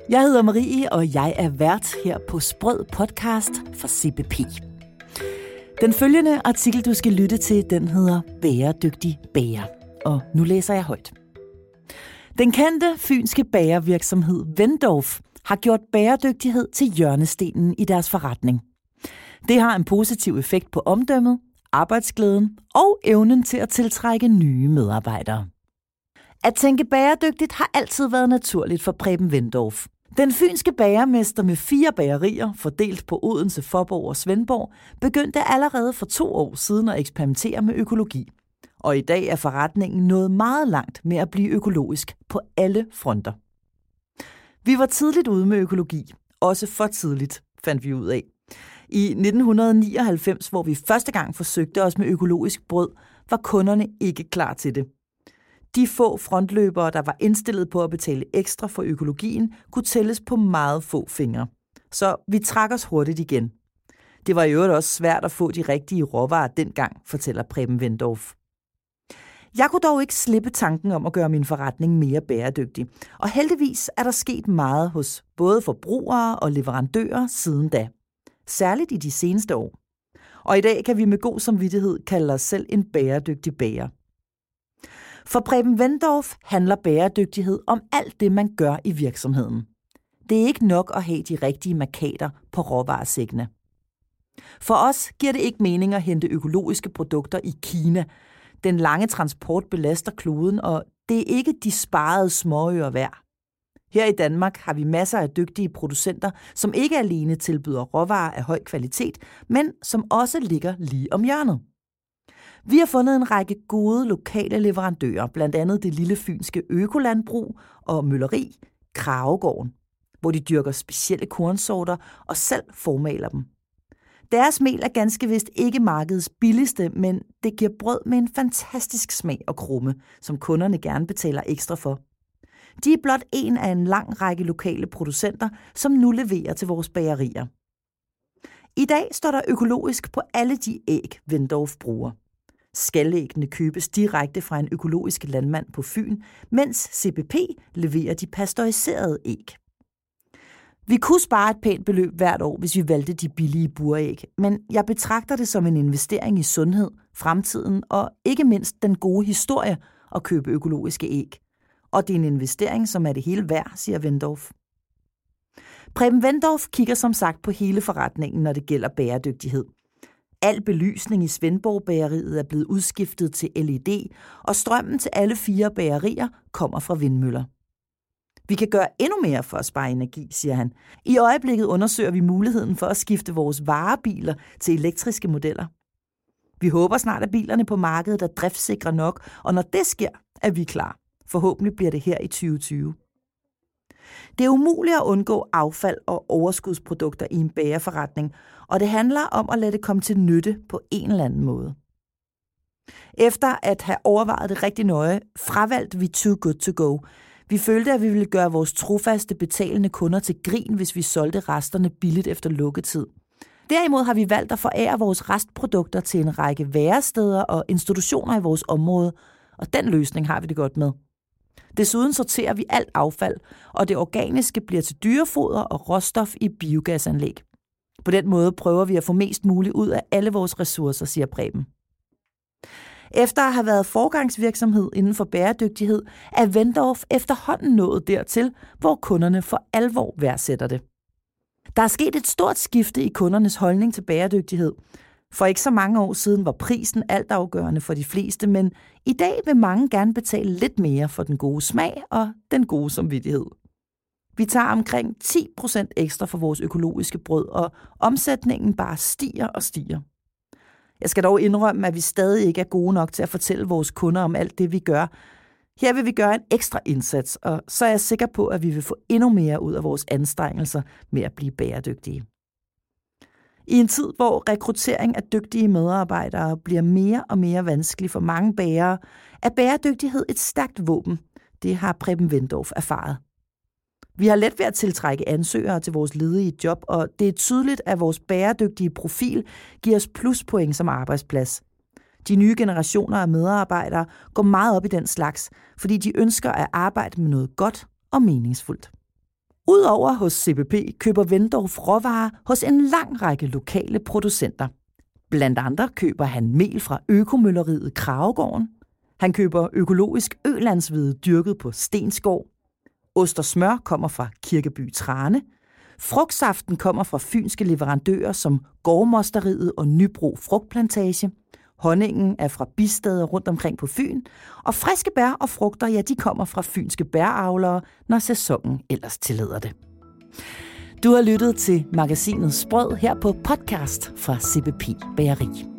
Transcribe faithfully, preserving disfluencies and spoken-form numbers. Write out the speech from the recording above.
Jeg hedder Marie, og jeg er vært her på Sprød Podcast for C B P. Den følgende artikel, du skal lytte til, den hedder Bæredygtig bager. Og nu læser jeg højt. Den kendte fynske bagervirksomhed Vendorf har gjort bæredygtighed til hjørnestenen i deres forretning. Det har en positiv effekt på omdømmet, arbejdsglæden og evnen til at tiltrække nye medarbejdere. At tænke bæredygtigt har altid været naturligt for Preben Vendorf. Den fynske bagermester med fire bagerier, fordelt på Odense, Faaborg og Svendborg, begyndte allerede for to år siden at eksperimentere med økologi. Og i dag er forretningen nået meget langt med at blive økologisk på alle fronter. Vi var tidligt ude med økologi, også for tidligt, fandt vi ud af. I nitten nioghalvfems, hvor vi første gang forsøgte os med økologisk brød, var kunderne ikke klar til det. De få frontløbere, der var indstillet på at betale ekstra for økologien, kunne tælles på meget få fingre. Så vi trak os hurtigt igen. Det var i øvrigt også svært at få de rigtige råvarer dengang, fortæller Preben Vendorf. Jeg kunne dog ikke slippe tanken om at gøre min forretning mere bæredygtig, og heldigvis er der sket meget hos både forbrugere og leverandører siden da. Særligt i de seneste år. Og i dag kan vi med god samvittighed kalde os selv en bæredygtig bager. For Preben Vendorf handler bæredygtighed om alt det, man gør i virksomheden. Det er ikke nok at have de rigtige mærkater på råvaresækkene. For os giver det ikke mening at hente økologiske produkter i Kina. Den lange transport belaster kloden, og det er ikke de sparede småører værd. Her i Danmark har vi masser af dygtige producenter, som ikke alene tilbyder råvarer af høj kvalitet, men som også ligger lige om hjørnet. Vi har fundet en række gode lokale leverandører, blandt andet det lille fynske økolandbrug og mølleri Kragegården, hvor de dyrker specielle kornsorter og selv formaler dem. Deres mel er ganske vist ikke markedets billigste, men det giver brød med en fantastisk smag og krumme, som kunderne gerne betaler ekstra for. De er blot en af en lang række lokale producenter, som nu leverer til vores bagerier. I dag står der økologisk på alle de æg, Vendorf bruger. Skalæggene købes direkte fra en økologisk landmand på Fyn, mens C B P leverer de pasteuriserede æg. Vi kunne spare et pænt beløb hvert år, hvis vi valgte de billige buræg, men jeg betragter det som en investering i sundhed, fremtiden og ikke mindst den gode historie at købe økologiske æg. Og det er en investering, som er det hele værd, siger Vendorf. Preben Vendorf kigger som sagt på hele forretningen, når det gælder bæredygtighed. Al belysning i Svendborg-bageriet er blevet udskiftet til L E D, og strømmen til alle fire bagerier kommer fra vindmøller. Vi kan gøre endnu mere for at spare energi, siger han. I øjeblikket undersøger vi muligheden for at skifte vores varebiler til elektriske modeller. Vi håber snart, at bilerne på markedet er driftssikre nok, og når det sker, er vi klar. Forhåbentlig bliver det her i tyve tyve. Det er umuligt at undgå affald og overskudsprodukter i en bagerforretning, og det handler om at lade det komme til nytte på en eller anden måde. Efter at have overvejet det rigtig nøje, fravalgte vi Too Good To Go. Vi følte, at vi ville gøre vores trofaste betalende kunder til grin, hvis vi solgte resterne billigt efter lukketid. Derimod har vi valgt at forære vores restprodukter til en række væresteder og institutioner i vores område, og den løsning har vi det godt med. Desuden sorterer vi alt affald, og det organiske bliver til dyrefoder og råstof i biogasanlæg. På den måde prøver vi at få mest muligt ud af alle vores ressourcer, siger Preben. Efter at have været forgangsvirksomhed inden for bæredygtighed, er Vendorf efterhånden nået dertil, hvor kunderne for alvor værdsætter det. Der er sket et stort skifte i kundernes holdning til bæredygtighed. For ikke så mange år siden var prisen altafgørende for de fleste, men i dag vil mange gerne betale lidt mere for den gode smag og den gode samvittighed. Vi tager omkring ti procent ekstra for vores økologiske brød, og omsætningen bare stiger og stiger. Jeg skal dog indrømme, at vi stadig ikke er gode nok til at fortælle vores kunder om alt det, vi gør. Her vil vi gøre en ekstra indsats, og så er jeg sikker på, at vi vil få endnu mere ud af vores anstrengelser med at blive bæredygtige. I en tid, hvor rekruttering af dygtige medarbejdere bliver mere og mere vanskelig for mange bagere, er bæredygtighed et stærkt våben. Det har Preben Vendorf erfaret. Vi har let ved at tiltrække ansøgere til vores ledige job, og det er tydeligt, at vores bæredygtige profil giver os pluspoint som arbejdsplads. De nye generationer af medarbejdere går meget op i den slags, fordi de ønsker at arbejde med noget godt og meningsfuldt. Udover hos C B P køber Wendorf råvarer hos en lang række lokale producenter. Blandt andre køber han mel fra økomølleriet Kragegården. Han køber økologisk ølandshvede dyrket på Stensgård. Ost og smør kommer fra Kirkeby Trane. Frugtsaften kommer fra fynske leverandører som Gårdmosteriet og Nybro Frugtplantage. Honningen er fra bistader rundt omkring på Fyn. Og friske bær og frugter, ja, de kommer fra fynske bæravlere, når sæsonen ellers tillader det. Du har lyttet til magasinet Sprød her på podcast fra C B P Bageri.